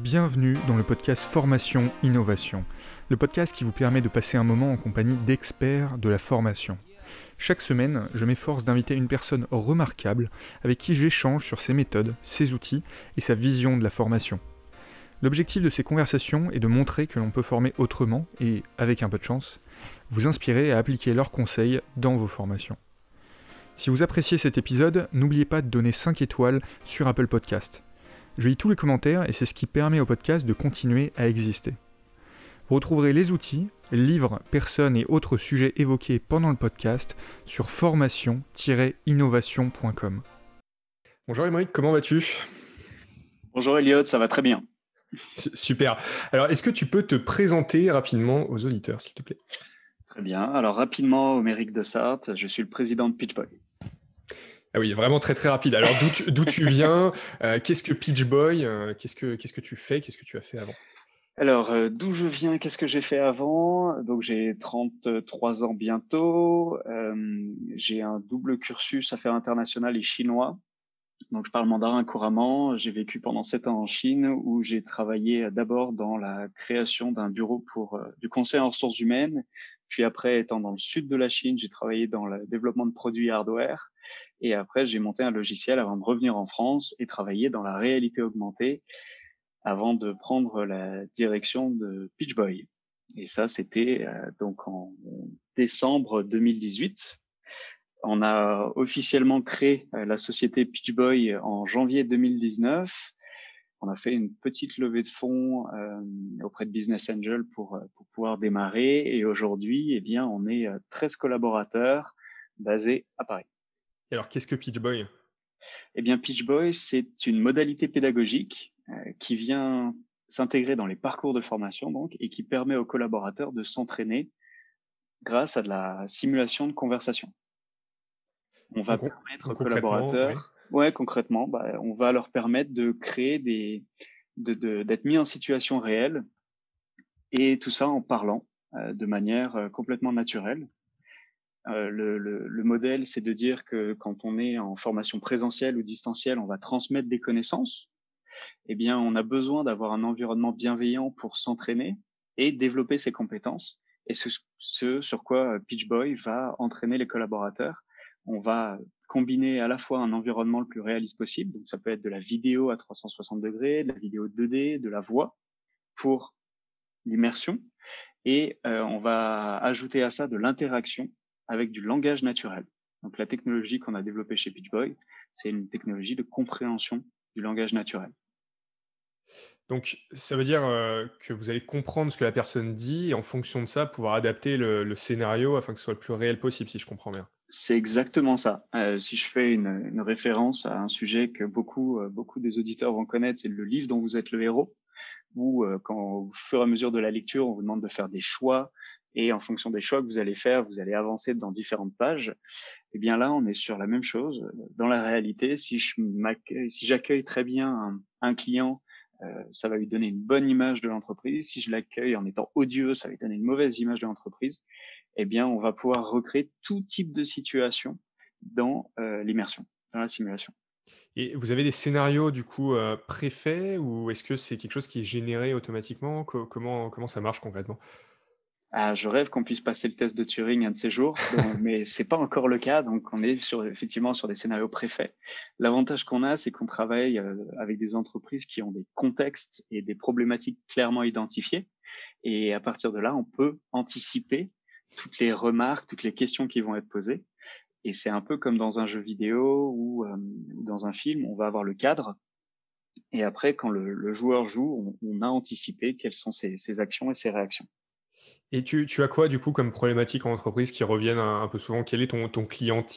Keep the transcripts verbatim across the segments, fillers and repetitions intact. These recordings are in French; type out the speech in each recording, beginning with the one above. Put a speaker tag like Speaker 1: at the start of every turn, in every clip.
Speaker 1: Bienvenue dans le podcast Formation Innovation, le podcast qui vous permet de passer un moment en compagnie d'experts de la formation. Chaque semaine, je m'efforce d'inviter une personne remarquable avec qui j'échange sur ses méthodes, ses outils et sa vision de la formation. L'objectif de ces conversations est de montrer que l'on peut former autrement et, avec un peu de chance, vous inspirer à appliquer leurs conseils dans vos formations. Si vous appréciez cet épisode, n'oubliez pas de donner cinq étoiles sur Apple Podcast. Je lis tous les commentaires et c'est ce qui permet au podcast de continuer à exister. Vous retrouverez les outils, livres, personnes et autres sujets évoqués pendant le podcast sur formation tiret innovation point com. Bonjour Émeric, comment vas-tu ?
Speaker 2: Bonjour Elliot, ça va très bien.
Speaker 1: Super. Alors, est-ce que tu peux te présenter rapidement aux auditeurs, s'il te plaît ?
Speaker 2: Très bien. Alors, rapidement, Émeric Dessart, je suis le président de Pitch Boy.
Speaker 1: Ah oui, vraiment très très rapide. Alors, d'où tu, d'où tu viens euh, Qu'est-ce que Pitch Boy euh, qu'est-ce que, qu'est-ce que tu fais Qu'est-ce que tu as fait avant ?
Speaker 2: Alors, euh, d'où je viens, qu'est-ce que j'ai fait avant ? Donc, j'ai trente-trois ans bientôt. Euh, j'ai un double cursus affaires internationales et chinois. Donc, je parle mandarin couramment. J'ai vécu pendant sept ans en Chine où j'ai travaillé d'abord dans la création d'un bureau pour euh, du conseil en ressources humaines. Puis après, étant dans le sud de la Chine, j'ai travaillé dans le développement de produits hardware. Et après, j'ai monté un logiciel avant de revenir en France et travailler dans la réalité augmentée avant de prendre la direction de Pitch Boy. Et ça, c'était euh, donc en décembre deux mille dix-huit. On a officiellement créé euh, la société Pitch Boy en janvier deux mille dix-neuf. On a fait une petite levée de fonds euh, auprès de Business Angel pour, pour pouvoir démarrer. Et aujourd'hui, eh bien, on est treize collaborateurs basés à Paris.
Speaker 1: Et alors, qu'est-ce que Pitch Boy ?
Speaker 2: Eh bien, Pitch Boy, c'est une modalité pédagogique euh, qui vient s'intégrer dans les parcours de formation donc, et qui permet aux collaborateurs de s'entraîner grâce à de la simulation de conversation. On va
Speaker 1: donc,
Speaker 2: permettre
Speaker 1: donc
Speaker 2: aux collaborateurs,
Speaker 1: oui.
Speaker 2: ouais, concrètement, bah, on va leur permettre de créer des, de, de, d'être mis en situation réelle et tout ça en parlant euh, de manière euh, complètement naturelle. Euh, le, le, le modèle, c'est de dire que quand on est en formation présentielle ou distancielle, on va transmettre des connaissances. Eh bien, on a besoin d'avoir un environnement bienveillant pour s'entraîner et développer ses compétences. Et ce, ce sur quoi Pitch Boy va entraîner les collaborateurs. On va combiner à la fois un environnement le plus réaliste possible, donc ça peut être de la vidéo à trois cent soixante degrés, de la vidéo deux D, de la voix pour l'immersion, et euh, on va ajouter à ça de l'interaction avec du langage naturel. Donc la technologie qu'on a développée chez Pitch Boy, c'est une technologie de compréhension du langage naturel.
Speaker 1: Donc, ça veut dire euh, que vous allez comprendre ce que la personne dit et en fonction de ça, pouvoir adapter le, le scénario afin que ce soit le plus réel possible, si je comprends bien.
Speaker 2: C'est exactement ça. Euh, si je fais une, une référence à un sujet que beaucoup, euh, beaucoup des auditeurs vont connaître, c'est le livre dont vous êtes le héros, où euh, quand au fur et à mesure de la lecture, on vous demande de faire des choix et en fonction des choix que vous allez faire, vous allez avancer dans différentes pages. Et bien là, on est sur la même chose. Dans la réalité, si je m'accueille, si j'accueille très bien un, un client, euh, ça va lui donner une bonne image de l'entreprise. Si je l'accueille en étant odieux, ça va lui donner une mauvaise image de l'entreprise. Eh bien, on va pouvoir recréer tout type de situation dans euh, l'immersion, dans la simulation.
Speaker 1: Et vous avez des scénarios du coup euh, préfaits ou est-ce que c'est quelque chose qui est généré automatiquement ? Co- comment, comment ça marche concrètement ?
Speaker 2: Ah, je rêve qu'on puisse passer le test de Turing un de ces jours, donc, mais c'est pas encore le cas. Donc, on est sur, effectivement sur des scénarios préfaits. L'avantage qu'on a, c'est qu'on travaille euh, avec des entreprises qui ont des contextes et des problématiques clairement identifiées. Et à partir de là, on peut anticiper toutes les remarques, toutes les questions qui vont être posées. Et c'est un peu comme dans un jeu vidéo ou euh, dans un film, on va avoir le cadre. Et après, quand le, le joueur joue, on, on a anticipé quelles sont ses, ses actions et ses réactions.
Speaker 1: Et tu, tu as quoi du coup comme problématique en entreprise qui reviennent un, un peu souvent ? Quel est ton, ton client type ?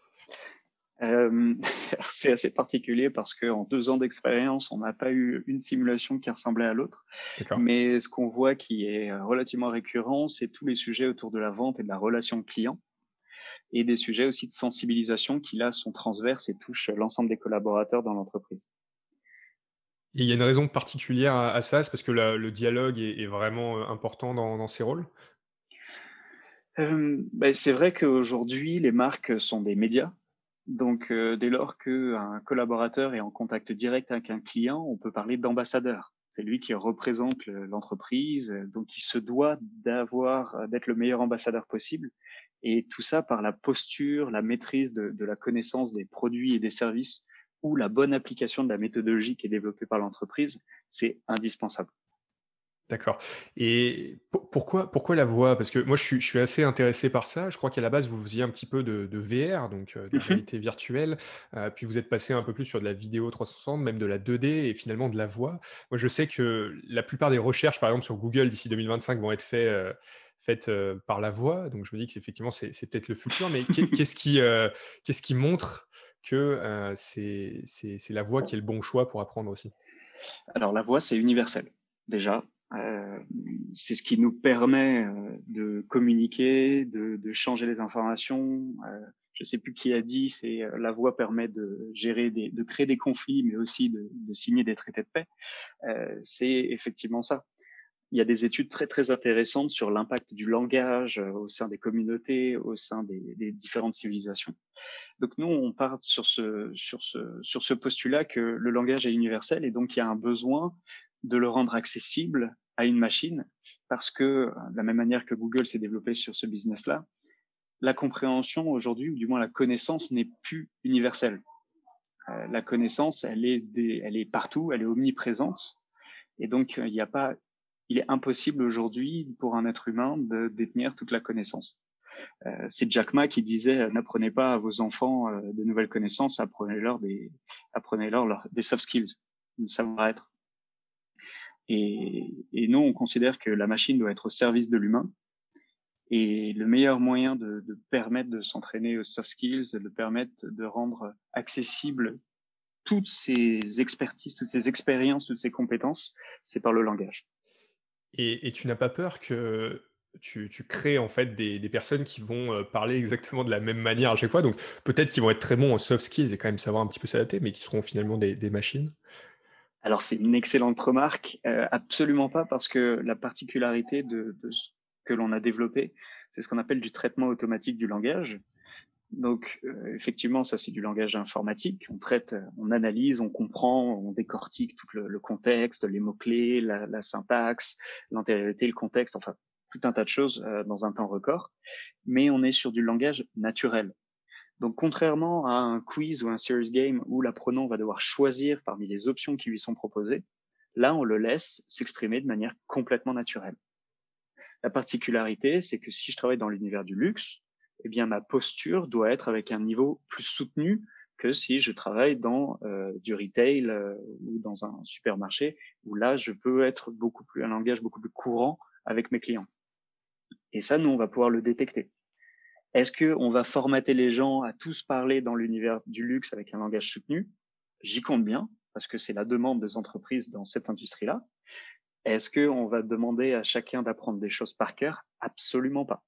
Speaker 2: Euh, c'est assez particulier parce qu'en deux ans d'expérience, on n'a pas eu une simulation qui ressemblait à l'autre.
Speaker 1: D'accord.
Speaker 2: Mais ce qu'on voit qui est relativement récurrent, c'est tous les sujets autour de la vente et de la relation client et des sujets aussi de sensibilisation qui là sont transverses et touchent l'ensemble des collaborateurs dans l'entreprise.
Speaker 1: Et il y a une raison particulière à, à ça, c'est parce que la, le dialogue est, est vraiment euh, important dans, dans ces rôles ?
Speaker 2: Euh, ben c'est vrai qu'aujourd'hui, les marques sont des médias. Donc, euh, dès lors qu'un collaborateur est en contact direct avec un client, on peut parler d'ambassadeur. C'est lui qui représente le- l'entreprise, euh, donc il se doit d'avoir, euh, d'être le meilleur ambassadeur possible. Et tout ça par la posture, la maîtrise de, de la connaissance des produits et des services ou la bonne application de la méthodologie qui est développée par l'entreprise, c'est indispensable.
Speaker 1: D'accord. Et pour pourquoi pourquoi la voix? Parce que moi, je suis je suis assez intéressé par ça. Je crois qu'à la base, vous faisiez un petit peu de de V R, donc heu, de la
Speaker 2: Mhm.
Speaker 1: réalité virtuelle, heu, puis vous êtes passé un peu plus sur de la vidéo trois cent soixante, même de la deux D et finalement de la voix. Moi, je sais que la plupart des recherches, par exemple, sur Google d'ici deux mille vingt-cinq vont être faits, heu, faites, heu, par la voix, donc je me dis que c'est effectivement, c'est c'est peut-être le futur, mais qu'est qu'est-ce qui, heu, qu'est-ce qui montre que, heu, c'est c'est c'est la voix qui est le bon choix pour apprendre aussi?
Speaker 2: Alors la voix, c'est universel, déjà. Euh, c'est ce qui nous permet euh, de communiquer, de, de changer les informations. Euh, je ne sais plus qui a dit, c'est euh, la voix permet de gérer des, de créer des conflits, mais aussi de, de signer des traités de paix. Euh, c'est effectivement ça. Il y a des études très très intéressantes sur l'impact du langage euh, au sein des communautés, au sein des, des différentes civilisations. Donc nous, on part sur ce, sur ce, sur ce postulat que le langage est universel et donc il y a un besoin de le rendre accessible à une machine parce que de la même manière que Google s'est développé sur ce business-là, la compréhension aujourd'hui, ou du moins la connaissance, n'est plus universelle. Euh, la connaissance, elle est, des, elle est partout, elle est omniprésente et donc il n'y a pas, il est impossible aujourd'hui pour un être humain de détenir toute la connaissance. Euh, c'est Jack Ma qui disait euh, n'apprenez pas à vos enfants euh, de nouvelles connaissances, apprenez-leur des, apprenez-leur leur- des soft skills, du savoir-être. Et, et nous, on considère que la machine doit être au service de l'humain. Et le meilleur moyen de, de permettre de s'entraîner aux soft skills, de permettre de rendre accessible toutes ces expertises, toutes ces expériences, toutes ces compétences, c'est par le langage.
Speaker 1: Et et tu n'as pas peur que tu tu crées en fait des des personnes qui vont, heu, parler exactement de la même manière à chaque fois? Donc peut-être qu'ils vont être très bons en soft skills et quand même savoir un petit peu s'adapter, mais qui seront finalement des des machines?
Speaker 2: Alors c'est une excellente remarque, euh, absolument pas parce que la particularité de, de ce que l'on a développé, c'est ce qu'on appelle du traitement automatique du langage. Donc euh, effectivement, ça c'est du langage informatique. On traite, on analyse, on comprend, on décortique tout le, le contexte, les mots-clés, la, la syntaxe, l'antériorité, le contexte, enfin tout un tas de choses euh, dans un temps record. Mais on est sur du langage naturel. Donc, contrairement à un quiz ou un serious game où l'apprenant va devoir choisir parmi les options qui lui sont proposées, là, on le laisse s'exprimer de manière complètement naturelle. La particularité, c'est que si je travaille dans l'univers du luxe, eh bien, ma posture doit être avec un niveau plus soutenu que si je travaille dans euh, du retail euh, ou dans un supermarché, où là, je peux être beaucoup plus, un langage beaucoup plus courant avec mes clients. Et ça, nous, on va pouvoir le détecter. Est-ce qu'on va formater les gens à tous parler dans l'univers du luxe avec un langage soutenu? J'y compte bien, parce que c'est la demande des entreprises dans cette industrie-là. Est-ce qu'on va demander à chacun d'apprendre des choses par cœur? Absolument pas.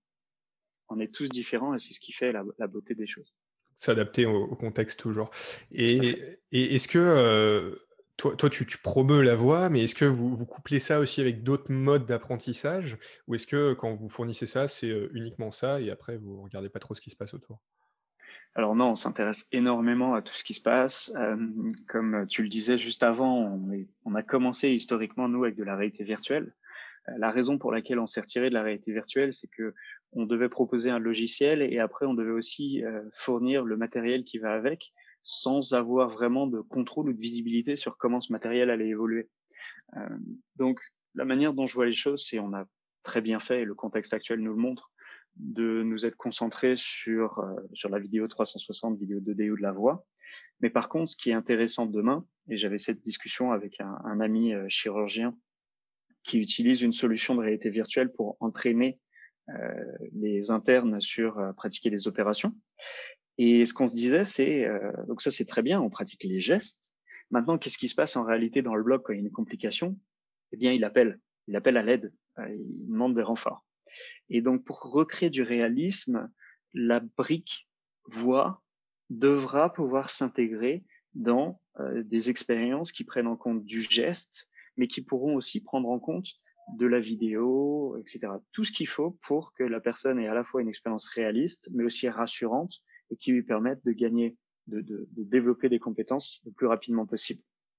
Speaker 2: On est tous différents et c'est ce qui fait la, la beauté des choses.
Speaker 1: S'adapter au au contexte toujours.
Speaker 2: Tout à fait.
Speaker 1: Et et est-ce que, heu, toi toi tu tu promeus la voix, mais est-ce que vous vous couplez ça aussi avec d'autres modes d'apprentissage? Ou est-ce que quand vous fournissez ça, c'est, heu, uniquement ça et après vous regardez pas trop ce qui se passe autour?
Speaker 2: Alors non, on s'intéresse énormément à tout ce qui se passe. Euh, comme tu le disais juste avant, on, est, on a commencé historiquement, nous, avec de la réalité virtuelle. La raison pour laquelle on s'est retiré de la réalité virtuelle, c'est que on devait proposer un logiciel et après on devait aussi euh, fournir le matériel qui va avec, sans avoir vraiment de contrôle ou de visibilité sur comment ce matériel allait évoluer. Euh, donc la manière dont je vois les choses, c'est on a très bien fait, et le contexte actuel nous le montre, de nous être concentrés sur euh, sur la vidéo trois cent soixante, vidéo deux D ou de la voix. Mais par contre, ce qui est intéressant demain, et j'avais cette discussion avec un, un ami euh, chirurgien qui utilise une solution de réalité virtuelle pour entraîner euh, les internes sur euh, pratiquer des opérations. Et ce qu'on se disait, c'est, euh, donc ça c'est très bien, on pratique les gestes. Maintenant, qu'est-ce qui se passe en réalité dans le bloc quand il y a une complication? Eh bien, il appelle, il appelle à l'aide, euh, il demande des renforts. Et donc, pour recréer du réalisme, la brique voix devra pouvoir s'intégrer dans euh, des expériences qui prennent en compte du geste, mais qui pourront aussi prendre en compte de la vidéo, et cetera. Tout ce qu'il faut pour que la personne ait à la fois une expérience réaliste, mais aussi rassurante et qui lui permette de gagner, de, de, de développer des compétences le plus rapidement possible.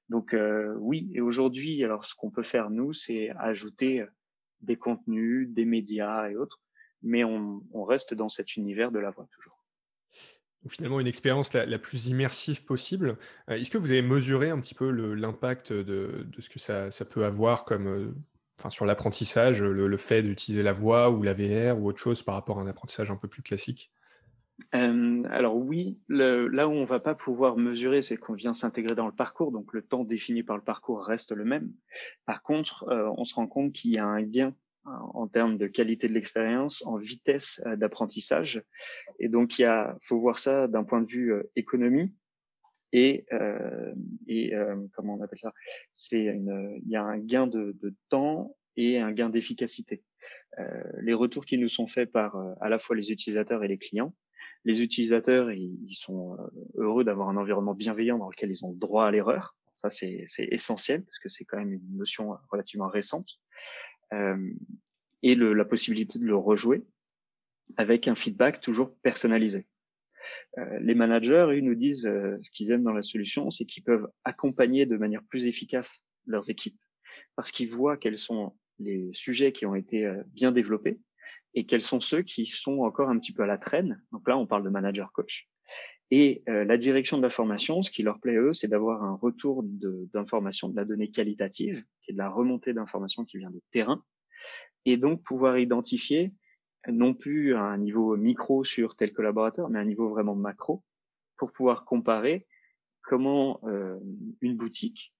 Speaker 2: Donc euh, oui, et aujourd'hui, alors ce qu'on peut faire nous, c'est ajouter des contenus, des médias et autres, mais on, on reste dans cet univers de la voix toujours.
Speaker 1: Donc finalement, une expérience la, la plus immersive possible. Euh, est-ce que vous avez mesuré un petit peu le- l'impact de, de ce que ça, ça peut avoir comme, euh, enfin, sur l'apprentissage, le, le fait d'utiliser la voix ou la V R ou autre chose par rapport à un apprentissage un peu plus classique?
Speaker 2: Euh, alors oui, le, là où on va pas pouvoir mesurer, c'est qu'on vient s'intégrer dans le parcours, donc le temps défini par le parcours reste le même. Par contre, euh, on se rend compte qu'il y a un gain hein, en termes de qualité de l'expérience, en vitesse euh, d'apprentissage, et donc il y a, faut voir ça d'un point de vue euh, économie et, euh, et euh, comment on appelle ça C'est une, il y a un gain de, de temps et un gain d'efficacité. Euh, les retours qui nous sont faits par euh, à la fois les utilisateurs et les clients. Les utilisateurs, ils, ils sont euh, heureux d'avoir un environnement bienveillant dans lequel ils ont le droit à l'erreur. Ça, c'est essentiel parce que c'est quand même une notion relativement récente. Euh, et le, la possibilité de le rejouer avec un feedback toujours personnalisé. Euh, les managers, ils nous disent euh, ce qu'ils aiment dans la solution, c'est qu'ils peuvent accompagner de manière plus efficace leurs équipes parce qu'ils voient quels sont les sujets qui ont été euh, bien développés et quels sont ceux qui sont encore un petit peu à la traîne. Donc là, on parle de manager coach. Et euh, la direction de la formation, ce qui leur plaît, eux, c'est d'avoir un retour d'information, de, de la donnée qualitative, qui est de la remontée d'informations qui vient de terrain, et donc pouvoir identifier non plus à un niveau micro sur tel collaborateur, mais à un niveau vraiment macro, pour pouvoir comparer comment euh, une boutique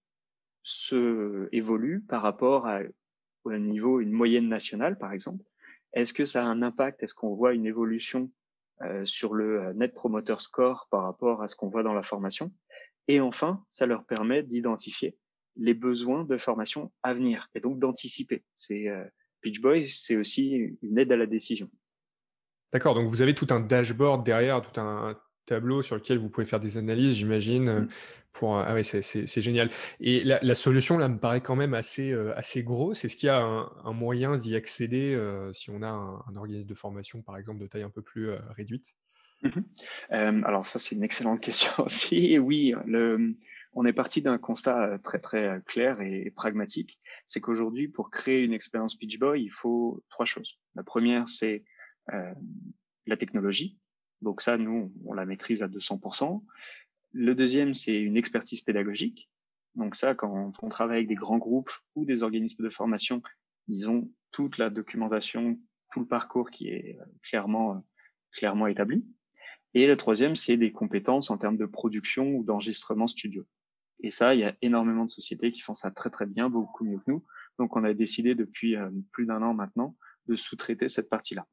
Speaker 2: se évolue par rapport à un niveau, une moyenne nationale, par exemple. Est-ce que ça a un impact? Est-ce qu'on voit une évolution euh, sur le Net Promoter Score par rapport à ce qu'on voit dans la formation? Et enfin, ça leur permet d'identifier les besoins de formation à venir et donc d'anticiper. C'est euh, Pitch Boy, c'est aussi une aide à la décision.
Speaker 1: D'accord, donc vous avez tout un dashboard derrière, tout un tableau sur lequel vous pouvez faire des analyses, j'imagine, heu,
Speaker 2: Mm.
Speaker 1: pour, heu ah ouais, c'est c'est c'est génial et la la solution là me paraît quand même assez, heu, assez grosse. Est-ce qu'il y a un un moyen d'y accéder, heu, si on a un un organisme de formation, par exemple, de taille un peu plus, heu, réduite?
Speaker 2: Mhm. Euh, alors ça, c'est une excellente question aussi. Et oui, le, on est parti d'un constat très très clair et pragmatique. C'est qu'aujourd'hui, pour créer une expérience Pitch Boy, il faut trois choses. La première, c'est euh, la technologie. Donc ça, nous, on la maîtrise à deux cents pour cent. Le deuxième, c'est une expertise pédagogique. Donc ça, quand on travaille avec des grands groupes ou des organismes de formation, ils ont toute la documentation, tout le parcours qui est euh, clairement clairement établi. Et le troisième, c'est des compétences en termes de production ou d'enregistrement studio. Et ça, il y a énormément de sociétés qui font ça très très bien, beaucoup mieux que nous. Donc on a décidé depuis euh, plus d'un an maintenant de sous-traiter cette partie-là.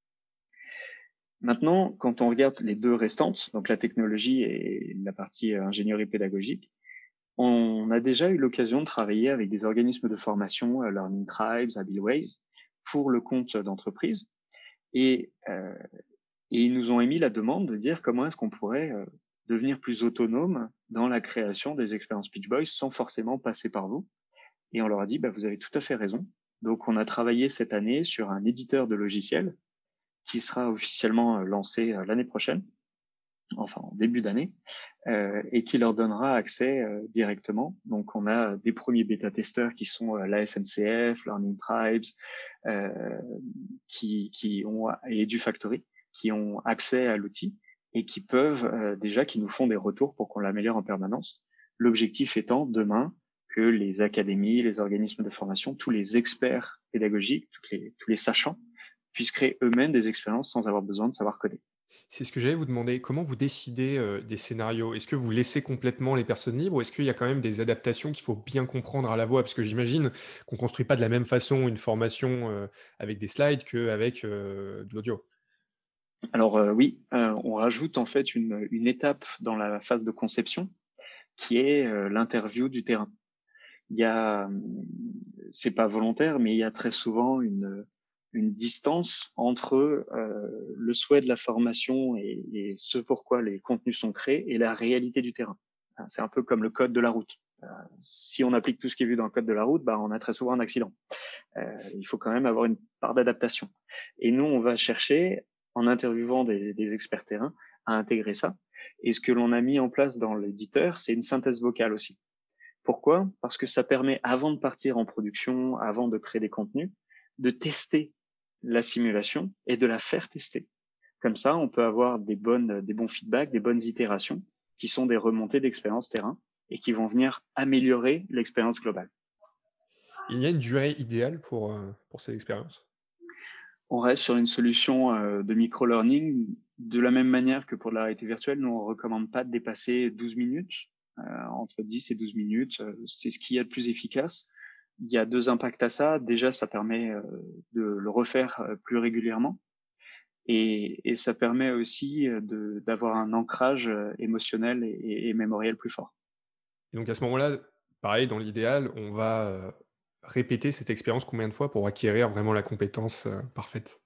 Speaker 2: Maintenant, quand on regarde les deux restantes, donc la technologie et la partie euh, ingénierie pédagogique, on a déjà eu l'occasion de travailler avec des organismes de formation, euh, Learning Tribes, Abilways, pour le compte d'entreprise. Et euh, Et ils nous ont émis la demande de dire comment est-ce qu'on pourrait euh, devenir plus autonome dans la création des expériences Pitch Boys sans forcément passer par vous. Et on leur a dit, bah, vous avez tout à fait raison. Donc, on a travaillé cette année sur un éditeur de logiciels qui sera officiellement euh, lancé euh, l'année prochaine, enfin en début d'année, euh, et qui leur donnera accès euh, directement. Donc, on a des premiers bêta-testeurs qui sont euh, la S N C F, Learning Tribes, euh, qui, qui ont et du Factory, qui ont accès à l'outil et qui peuvent euh, déjà, qui nous font des retours pour qu'on l'améliore en permanence. L'objectif étant demain que les académies, les organismes de formation, tous les experts pédagogiques, tous les, tous les sachants puissent créer eux-mêmes des expériences sans avoir besoin de savoir coder.
Speaker 1: C'est ce que j'allais vous demander. Comment vous décidez, heu, des scénarios? Est-ce que vous laissez complètement les personnes libres ou est-ce qu'il y a quand même des adaptations qu'il faut bien comprendre à la voix? Parce que j'imagine qu'on construit pas de la même façon une formation, heu, avec des slides qu'avec, heu, de l'audio.
Speaker 2: Alors euh, oui, euh, on rajoute en fait une, une étape dans la phase de conception qui est euh, l'interview du terrain. Il y a, c'est pas volontaire, mais il y a très souvent une, une distance entre euh, le souhait de la formation et, et ce pourquoi les contenus sont créés et la réalité du terrain. C'est un peu comme le code de la route. Euh, si on applique tout ce qui est vu dans le code de la route, bah, on a très souvent un accident. Euh, il faut quand même avoir une part d'adaptation. Et nous, on va chercher, en interviewant des, des experts terrain, à intégrer ça. Et ce que l'on a mis en place dans l'éditeur, c'est une synthèse vocale aussi Pourquoi? Parce que ça permet, avant de partir en production, avant de créer des contenus, de tester la simulation et de la faire tester. Comme ça, on peut avoir des bonnes, des bons feedbacks, des bonnes itérations qui sont des remontées d'expérience terrain et qui vont venir améliorer l'expérience globale.
Speaker 3: Il y a une durée idéale pour, heu, pour ces expériences?
Speaker 2: On reste sur une solution euh, de micro-learning de la même manière que pour la réalité virtuelle. Nous, on recommande pas de dépasser douze minutes, euh, entre dix et douze minutes. euh, C'est ce qui est le plus efficace. Il y a deux impacts à ça. Déjà, ça permet euh, de le refaire euh, plus régulièrement. Et, et ça permet aussi euh, de, d'avoir un ancrage euh, émotionnel et, et mémoriel plus fort.
Speaker 3: Et donc à ce moment-là, pareil, dans l'idéal, on va, heu, répéter cette expérience combien de fois pour acquérir vraiment la compétence, heu, parfaite?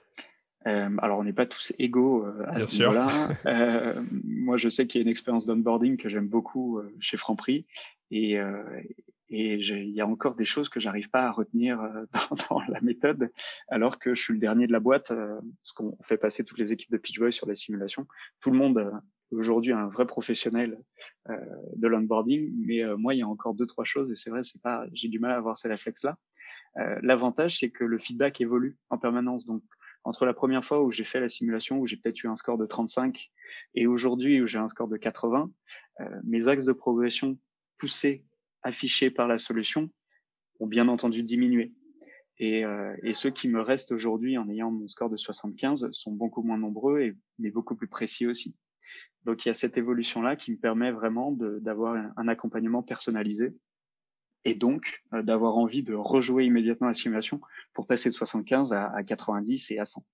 Speaker 2: Euh, alors, on n'est pas tous égaux euh, à
Speaker 3: Bien
Speaker 2: ce
Speaker 3: sûr.
Speaker 2: niveau-là. Euh, moi, je sais qu'il y a une expérience d'onboarding que j'aime beaucoup euh, chez Franprix, et, euh, et j'ai- il y a encore des choses que j'arrive pas à retenir euh, dans, dans la méthode, alors que je suis le dernier de la boîte, euh, parce qu'on fait passer toutes les équipes de Pitch Boy sur les simulations. Tout le monde euh, aujourd'hui est un vrai professionnel euh, de l'onboarding, mais euh, moi, il y a encore deux trois choses, et c'est vrai, c'est pas, j'ai du mal à avoir ces réflexes-là. Euh, L'avantage, c'est que le feedback évolue en permanence. Donc, entre la première fois où j'ai fait la simulation, où j'ai peut-être eu un score de trente-cinq, et aujourd'hui où j'ai un score de quatre-vingts, euh, mes axes de progression poussés, affichés par la solution, ont bien entendu diminué. Et, euh, et ceux qui me restent aujourd'hui en ayant mon score de soixante-quinze sont beaucoup moins nombreux, et, mais beaucoup plus précis aussi. Donc il y a cette évolution-là qui me permet vraiment de, d'avoir un, un accompagnement personnalisé, et donc euh, d'avoir envie de rejouer immédiatement la simulation pour passer de soixante-quinze à, à quatre-vingt-dix et à cent.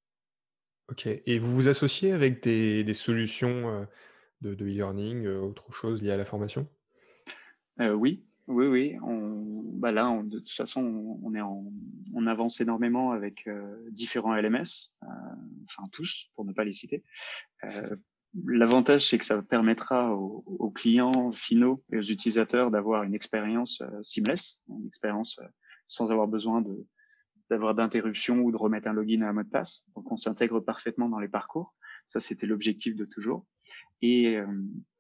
Speaker 3: OK, et vous vous associez avec des des solutions, heu, de de e-learning, heu, autre chose liée à la formation?
Speaker 2: Euh, oui, oui, oui. On, bah là, on- de toute façon, on, on est en, on avance énormément avec euh, différents L M S, euh, enfin tous, pour ne pas les citer. Euh, L'avantage, c'est que ça permettra aux, aux clients finaux et aux utilisateurs d'avoir une expérience euh, seamless, une expérience euh, sans avoir besoin de d'avoir d'interruption ou de remettre un login et un mot de passe. Donc, on s'intègre parfaitement dans les parcours. Ça, c'était l'objectif de toujours. Et, euh,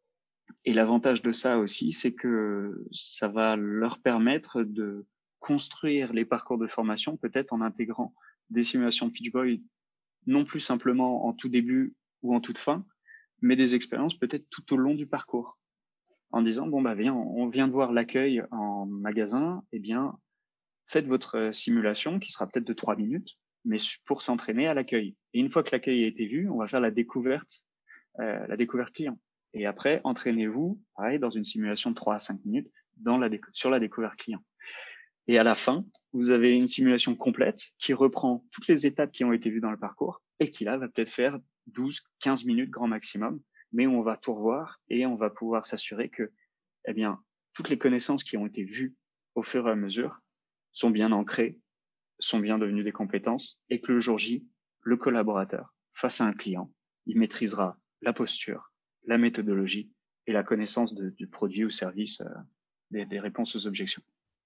Speaker 2: et l'avantage de ça aussi, c'est que ça va leur permettre de construire les parcours de formation, peut-être en intégrant des simulations Pitch Boy, non plus simplement en tout début ou en toute fin, mais des expériences peut-être tout au long du parcours. En disant, bon, bah, viens, on vient de voir l'accueil en magasin, eh bien, faites votre simulation qui sera peut-être de trois minutes, mais pour s'entraîner à l'accueil. Et une fois que l'accueil a été vu, on va faire la découverte, euh, la découverte client. Et après, entraînez-vous, pareil, dans une simulation de trois à cinq minutes dans la sur la découverte client. Et à la fin, vous avez une simulation complète qui reprend toutes les étapes qui ont été vues dans le parcours et qui là va peut-être faire douze, quinze minutes grand maximum, mais où on va tout revoir et on va pouvoir s'assurer que, eh bien, toutes les connaissances qui ont été vues au fur et à mesure sont bien ancrées, sont bien devenues des compétences, et que le jour J, le collaborateur, face à un client, il maîtrisera la posture, la méthodologie et la connaissance de, du produit ou service, euh, des, des réponses aux objections.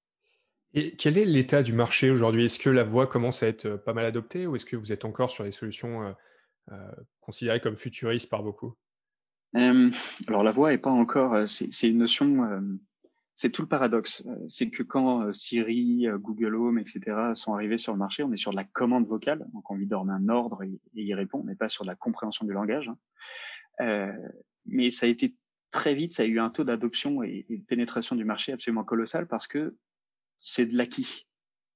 Speaker 3: Et quel est l'état du marché aujourd'hui? Est-ce que la voix commence à être, heu, pas mal adoptée ou est-ce que vous êtes encore sur des solutions, heu heu, considérées comme futuristes par beaucoup?
Speaker 2: Euh, alors la voix est pas encore, euh, c'est c'est une notion, euh, c'est tout le paradoxe. Euh, C'est que quand euh, Siri, euh, Google Home, et cetera sont arrivés sur le marché, on est sur de la commande vocale, donc on lui donne un ordre et, et il répond, on n'est pas sur de la compréhension du langage, hein. Euh, mais ça a été très vite, ça a eu un taux d'adoption et, et de pénétration du marché absolument colossal parce que c'est de l'acquis.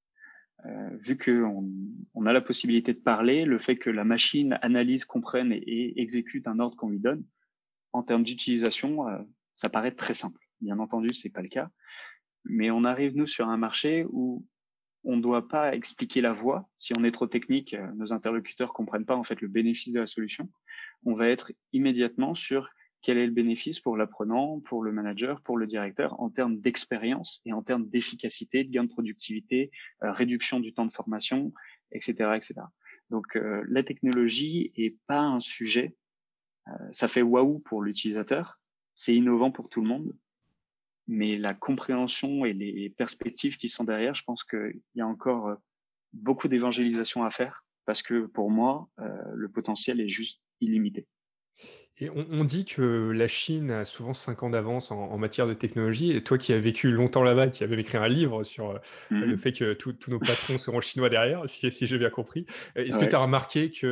Speaker 2: Euh, vu qu'on on a la possibilité de parler, le fait que la machine analyse, comprenne et, et exécute un ordre qu'on lui donne, en termes d'utilisation, euh, ça paraît très simple. Bien entendu, c'est pas le cas, mais on arrive nous sur un marché où on ne doit pas expliquer la voie. Si on est trop technique, euh, nos interlocuteurs comprennent pas en fait le bénéfice de la solution. On va être immédiatement sur quel est le bénéfice pour l'apprenant, pour le manager, pour le directeur en termes d'expérience et en termes d'efficacité, de gain de productivité, euh, réduction du temps de formation, et cetera, et cetera. Donc euh, la technologie est pas un sujet. Euh, ça fait waouh pour l'utilisateur, c'est innovant pour tout le monde, mais la compréhension et les perspectives qui sont derrière, je pense qu'il y a encore euh, beaucoup d'évangélisation à faire parce que pour moi, euh, le potentiel est juste illimité.
Speaker 3: Et on, on dit que la Chine a souvent cinq ans d'avance en, en matière de technologie. Et toi qui as vécu longtemps là-bas, qui as même écrit un livre sur euh, le
Speaker 2: Mhm.
Speaker 3: fait que tous tous nos patrons seront chinois derrière, si, si j'ai bien compris. Euh, Est-ce que tu
Speaker 2: Ouais.
Speaker 3: as remarqué qu'il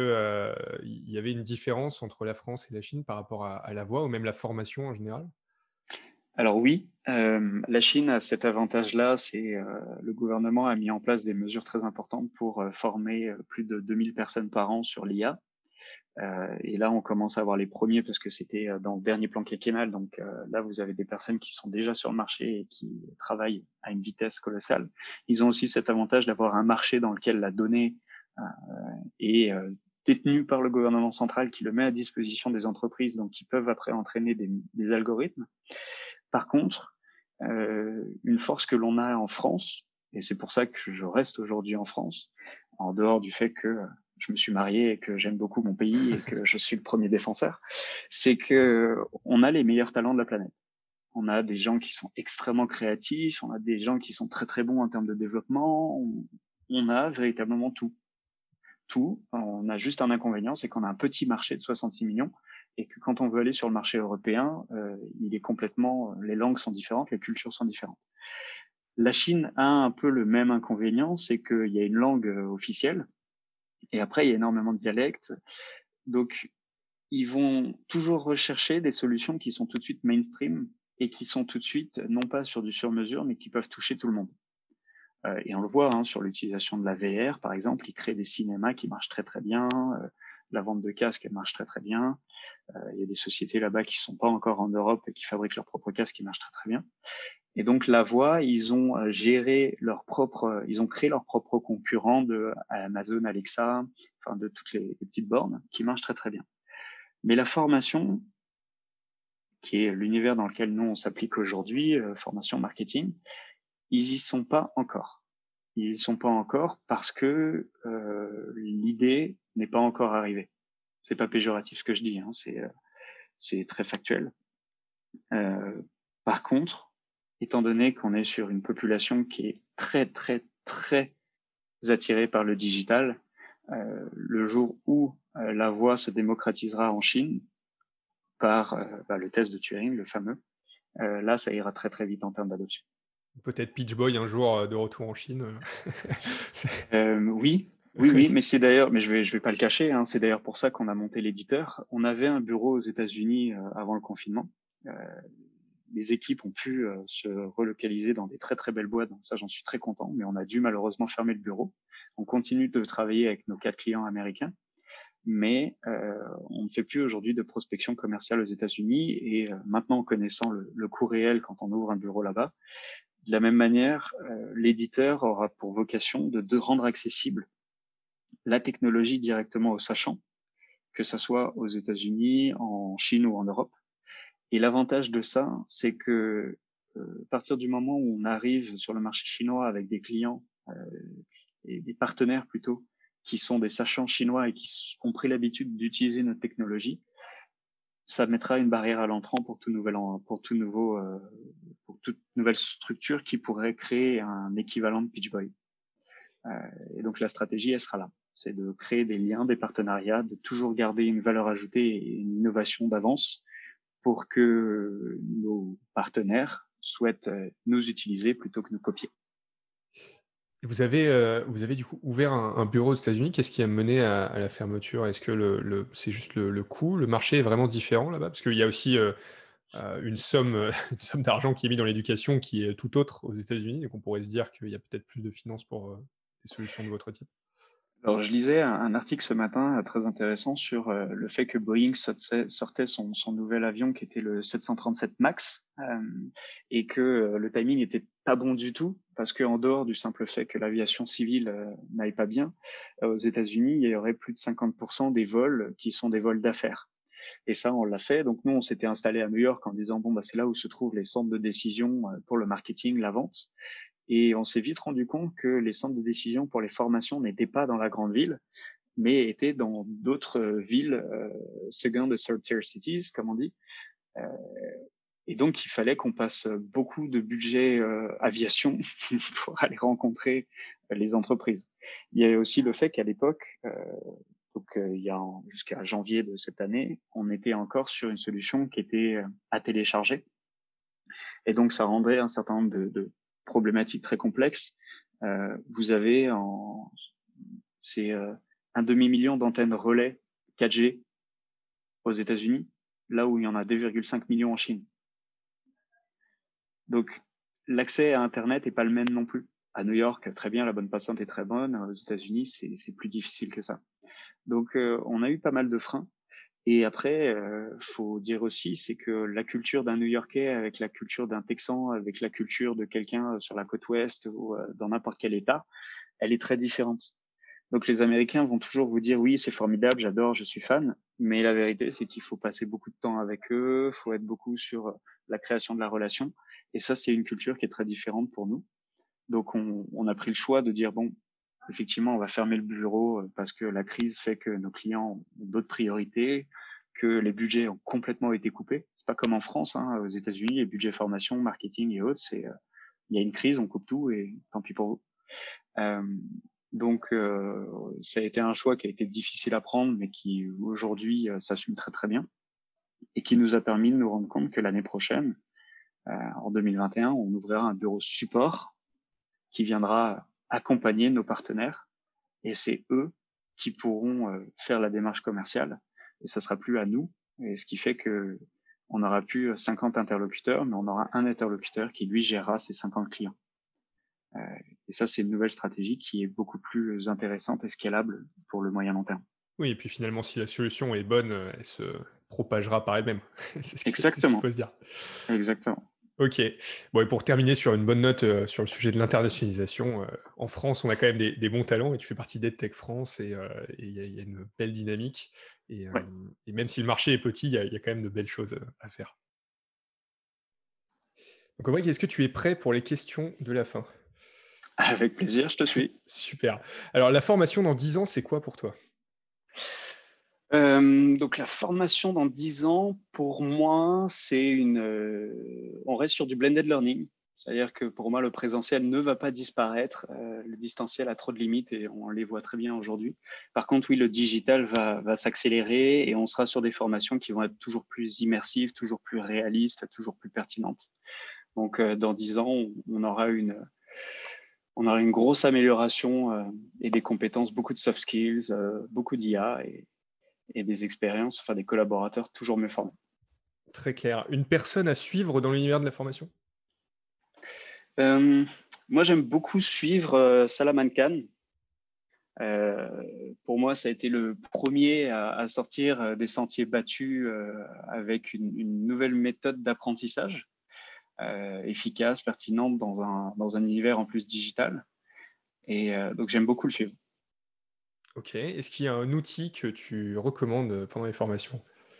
Speaker 3: y avait une différence entre la France et la Chine par rapport à, à la voix ou même la formation en général?
Speaker 2: Alors oui, euh, la Chine a cet avantage-là, c'est euh, le gouvernement a mis en place des mesures très importantes pour euh, former euh, plus de deux mille personnes par an sur l'I A. Euh, et là, on commence à avoir les premiers parce que c'était euh, dans le dernier plan quinquennal. Donc euh, là, vous avez des personnes qui sont déjà sur le marché et qui travaillent à une vitesse colossale. Ils ont aussi cet avantage d'avoir un marché dans lequel la donnée euh, est euh, détenue par le gouvernement central qui le met à disposition des entreprises, donc qui peuvent après entraîner des, des algorithmes. Par contre, euh, une force que l'on a en France, et c'est pour ça que je reste aujourd'hui en France, en dehors du fait que je me suis marié et que j'aime beaucoup mon pays et que je suis le premier défenseur, c'est que on a les meilleurs talents de la planète. On a des gens qui sont extrêmement créatifs, on a des gens qui sont très très bons en termes de développement, on, on a véritablement tout. Tout. On a juste un inconvénient, c'est qu'on a un petit marché de soixante-six millions et que quand on veut aller sur le marché européen, euh, il est complètement, les langues sont différentes, les cultures sont différentes. La Chine a un peu le même inconvénient, c'est qu'il y a une langue euh, officielle et après il y a énormément de dialectes. Donc ils vont toujours rechercher des solutions qui sont tout de suite mainstream et qui sont tout de suite non pas sur du sur-mesure, mais qui peuvent toucher tout le monde. Euh, et on le voit hein, sur l'utilisation de la V R, par exemple, ils créent des cinémas qui marchent très très bien, euh, la vente de casques elle marche très très bien. Euh, il y a des sociétés là-bas qui sont pas encore en Europe et qui fabriquent leurs propres casques qui marchent très très bien. Et donc la voix, ils ont euh, géré leur propre, euh, ils ont créé leur propre concurrent de Amazon Alexa, enfin de toutes les, les petites bornes qui marchent très très bien. Mais la formation, qui est l'univers dans lequel nous on s'applique aujourd'hui, euh, formation marketing, ils y sont pas encore. Ils y sont pas encore parce que euh, l'idée n'est pas encore arrivée. C'est pas péjoratif ce que je dis, hein, c'est euh, c'est très factuel. Euh, par contre, étant donné qu'on est sur une population qui est très très très attirée par le digital, euh, le jour où euh, la voix se démocratisera en Chine par euh, bah, le test de Turing, le fameux, euh, là ça ira très très vite en termes d'adoption.
Speaker 3: Peut-être Peach Boy un jour euh, de retour en Chine. euh. C'est-
Speaker 2: Euh, oui, oui, oui,
Speaker 3: Oui.
Speaker 2: mais c'est d'ailleurs, mais je vais, je vais pas le cacher, hein, c'est d'ailleurs pour ça qu'on a monté l'éditeur. On avait un bureau aux États-Unis euh, avant le confinement. Euh, les équipes ont pu euh, se relocaliser dans des très très belles boîtes, donc ça j'en suis très content. Mais on a dû malheureusement fermer le bureau. On continue de travailler avec nos quatre clients américains, mais euh, on ne fait plus aujourd'hui de prospection commerciale aux États-Unis. Et euh, maintenant, en connaissant le, le coût réel quand on ouvre un bureau là-bas, de la même manière, euh, l'éditeur aura pour vocation de, de rendre accessible la technologie directement aux sachants, que ce soit aux États-Unis, en Chine ou en Europe. Et l'avantage de ça, c'est que euh, à partir du moment où on arrive sur le marché chinois avec des clients euh, et des partenaires plutôt qui sont des sachants chinois et qui ont pris l'habitude d'utiliser notre technologie, ça mettra une barrière à l'entrant pour tout nouvel pour tout nouveau euh, pour toute nouvelle structure qui pourrait créer un équivalent de Pitch Boy. Euh, et donc la stratégie, elle sera là. C'est de créer des liens, des partenariats, de toujours garder une valeur ajoutée et une innovation d'avance pour que nos partenaires souhaitent euh, nous utiliser plutôt que nous copier.
Speaker 3: Et Vous avez, euh, vous avez du coup ouvert un, un bureau aux États-Unis. Qu'est-ce qui a mené à, à la fermeture? Est-ce que le, le- c'est juste le, le coût? Le marché est vraiment différent là-bas? Parce qu'il y a aussi euh, euh, une somme, euh, une somme d'argent qui est mise dans l'éducation qui est tout autre aux États-Unis. Donc on pourrait se dire qu'il y a peut-être plus de finances pour euh, des solutions de votre type.
Speaker 2: Alors, je lisais un, un article ce matin euh, très intéressant sur euh, le fait que Boeing sortait, sortait son, son nouvel avion qui était le sept cent trente-sept MAX euh, et que euh, le timing était pas bon du tout parce que en dehors du simple fait que l'aviation civile euh, n'aille pas bien, euh, aux États-Unis, il y aurait plus de cinquante pour cent des vols qui sont des vols d'affaires. Et ça, on l'a fait. Donc nous, on s'était installé à New York en disant bon bah c'est là où se trouvent les centres de décision euh, pour le marketing, la vente. Et on s'est vite rendu compte que les centres de décision pour les formations n'étaient pas dans la grande ville, mais étaient dans d'autres villes, euh, second et third tier cities, comme on dit. Euh, et donc, il fallait qu'on passe beaucoup de budget euh, aviation pour aller rencontrer les entreprises. Il y avait aussi le fait qu'à l'époque, euh, donc euh, il y a en- jusqu'à janvier de cette année, on était encore sur une solution qui était euh, à télécharger. Et donc, ça rendrait un certain nombre de, de problématiques très complexes. Euh, vous avez en, c'est euh, un demi-million d'antennes relais quatre G aux États-Unis, là où il y en a deux virgule cinq millions en Chine. Donc, l'accès à Internet n'est pas le même non plus. À New York, très bien, la bande passante est très bonne. Aux États-Unis, c'est, c'est plus difficile que ça. Donc, euh, on a eu pas mal de freins. Et après, euh, faut dire aussi, c'est que la culture d'un New-Yorkais avec la culture d'un Texan, avec la culture de quelqu'un sur la côte ouest ou euh, dans n'importe quel État, elle est très différente. Donc les Américains vont toujours vous dire oui, c'est formidable, j'adore, je suis fan, mais la vérité c'est qu'il faut passer beaucoup de temps avec eux, faut être beaucoup sur la création de la relation, et ça c'est une culture qui est très différente pour nous. Donc on, on a pris le choix de dire bon, effectivement on va fermer le bureau parce que la crise fait que nos clients ont d'autres priorités, que les budgets ont complètement été coupés. C'est pas comme en France, hein, aux États-Unis, les budgets formation, marketing et autres, c'est il y a une crise, on coupe tout et tant pis pour vous. Euh, donc, euh, ça a été un choix qui a été difficile à prendre, mais qui aujourd'hui euh, s'assume très très bien et qui nous a permis de nous rendre compte que l'année prochaine, euh, en deux mille vingt et un, on ouvrira un bureau support qui viendra accompagner nos partenaires et c'est eux qui pourront euh, faire la démarche commerciale et ça sera plus à nous. Et ce qui fait que on aura plus cinquante interlocuteurs, mais on aura un interlocuteur qui lui gérera ses cinquante clients. Euh, et ça, c'est une nouvelle stratégie qui est beaucoup plus intéressante et scalable pour le moyen long terme.
Speaker 3: Oui, et puis finalement, si la solution est bonne, euh, elle se propagera par elle-même. c'est ce qu'il c'est ce qu'il
Speaker 2: Exactement.
Speaker 3: faut se dire.
Speaker 2: Exactement.
Speaker 3: Ok. Bon, et pour terminer sur une bonne note euh, sur le sujet de l'internationalisation, euh, en France, on a quand même des, des bons talents et tu fais partie d'EdTech France et euh, et il y, a- il y a une belle dynamique. Et, euh,
Speaker 2: Ouais.
Speaker 3: et même si le marché est petit, il y, a il y a quand même de belles choses euh, à faire. Donc, Aubry, est-ce que tu es prêt pour les questions de la fin?
Speaker 2: Avec plaisir, je te suis.
Speaker 3: Super. Alors, la formation dans dix ans, c'est quoi pour toi?
Speaker 2: Euh, donc la formation dans dix ans, pour moi, c'est une. Euh, on reste sur du blended learning, c'est-à-dire que pour moi, le présentiel ne va pas disparaître. Euh, le distanciel a trop de limites et on les voit très bien aujourd'hui. Par contre, oui, le digital va, va s'accélérer et on sera sur des formations qui vont être toujours plus immersives, toujours plus réalistes, toujours plus pertinentes. Donc, euh, dans dix ans, on, on aura une on aura une grosse amélioration euh, et des compétences, beaucoup de soft skills, euh, beaucoup d'I A et, et des expériences, enfin des collaborateurs toujours mieux formés.
Speaker 3: Très clair. Une personne à suivre dans l'univers de la formation?
Speaker 2: Euh, moi, j'aime beaucoup suivre euh, Salaman Khan. Euh, pour moi, ça a été le premier à, à sortir des sentiers battus euh, avec une, une nouvelle méthode d'apprentissage euh, efficace, pertinente dans un, dans un univers en plus digital. Et euh, donc, j'aime beaucoup le suivre.
Speaker 3: Ok. Est-ce qu'il y a un outil que tu recommandes pendant les formations?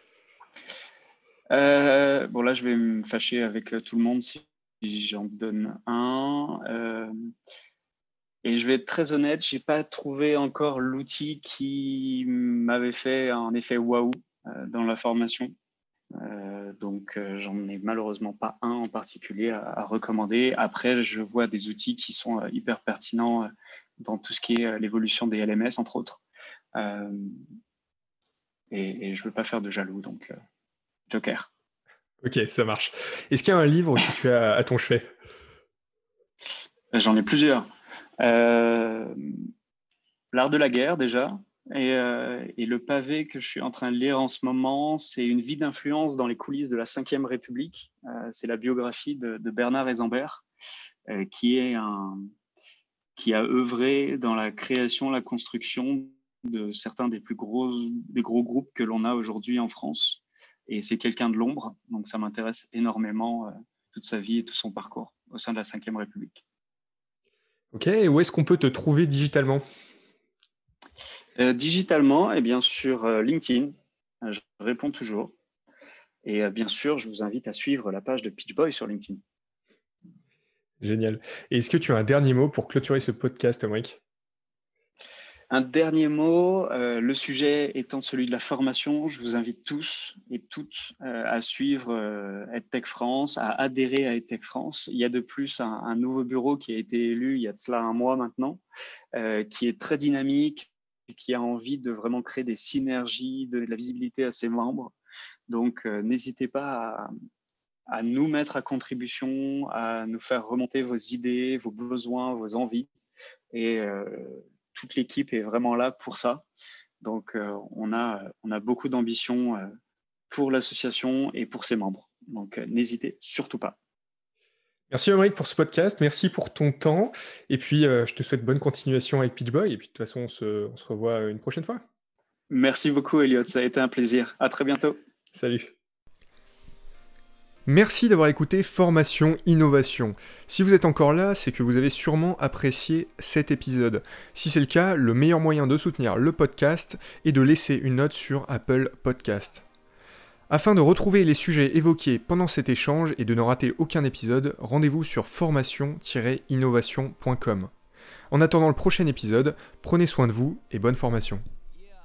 Speaker 2: Euh, bon, là, je vais me fâcher avec euh, tout le monde si j'en donne un. Euh, et je vais être très honnête, j'ai pas trouvé encore l'outil qui m'avait fait un effet waouh euh, dans la formation. Euh, donc, euh, j'en ai malheureusement pas un en particulier à, à recommander. Après, je vois des outils qui sont euh, hyper pertinents euh, dans tout ce qui est euh, l'évolution des L M S, entre autres. Euh, et, et je veux pas faire de jaloux, donc euh, Joker.
Speaker 3: Ok, ça marche. Est-ce qu'il y a un livre que tu as à ton chevet?
Speaker 2: J'en ai plusieurs. Euh, L'art de la guerre déjà. Et, euh, et le pavé que je suis en train de lire en ce moment, c'est Une vie d'influence dans les coulisses de la Cinquième République. Euh, c'est la biographie de, de Bernard Eisenberg, euh, qui est un, qui a œuvré dans la création, la construction de certains des plus gros, des gros groupes que l'on a aujourd'hui en France. Et c'est quelqu'un de l'ombre, donc ça m'intéresse énormément, euh, toute sa vie et tout son parcours au sein de la Cinquième République.
Speaker 3: Ok, et où est-ce qu'on peut te trouver digitalement?
Speaker 2: Euh, digitalement, et bien sur euh, LinkedIn, euh, je réponds toujours. Et euh, bien sûr, je vous invite à suivre la page de Pitch Boy sur LinkedIn.
Speaker 3: Génial. Et est-ce que tu as un dernier mot pour clôturer ce podcast, Aymeric?
Speaker 2: Un dernier mot, euh, le sujet étant celui de la formation, je vous invite tous et toutes euh, à suivre euh, EdTech France, à adhérer à EdTech France. Il y a de plus un, un nouveau bureau qui a été élu il y a de cela un mois maintenant, euh, qui est très dynamique, qui a envie de vraiment créer des synergies, de, de la visibilité à ses membres. Donc, euh, n'hésitez pas à, à nous mettre à contribution, à nous faire remonter vos idées, vos besoins, vos envies. Et euh, toute l'équipe est vraiment là pour ça. Donc, euh, on a, on a beaucoup d'ambition euh, pour l'association et pour ses membres. Donc, euh, n'hésitez surtout pas.
Speaker 3: Merci Aymeric pour ce podcast, merci pour ton temps. Et puis, euh, je te souhaite bonne continuation avec Pitch Boy. Et puis, de toute façon, on se, on se revoit une prochaine fois.
Speaker 2: Merci beaucoup, Elliot. Ça a été un plaisir. À très bientôt.
Speaker 3: Salut.
Speaker 1: Merci d'avoir écouté Formation Innovation. Si vous êtes encore là, c'est que vous avez sûrement apprécié cet épisode. Si c'est le cas, le meilleur moyen de soutenir le podcast est de laisser une note sur Apple Podcast. Afin de retrouver les sujets évoqués pendant cet échange et de ne rater aucun épisode, rendez-vous sur formation tiret innovation point com. En attendant le prochain épisode, prenez soin de vous et bonne formation.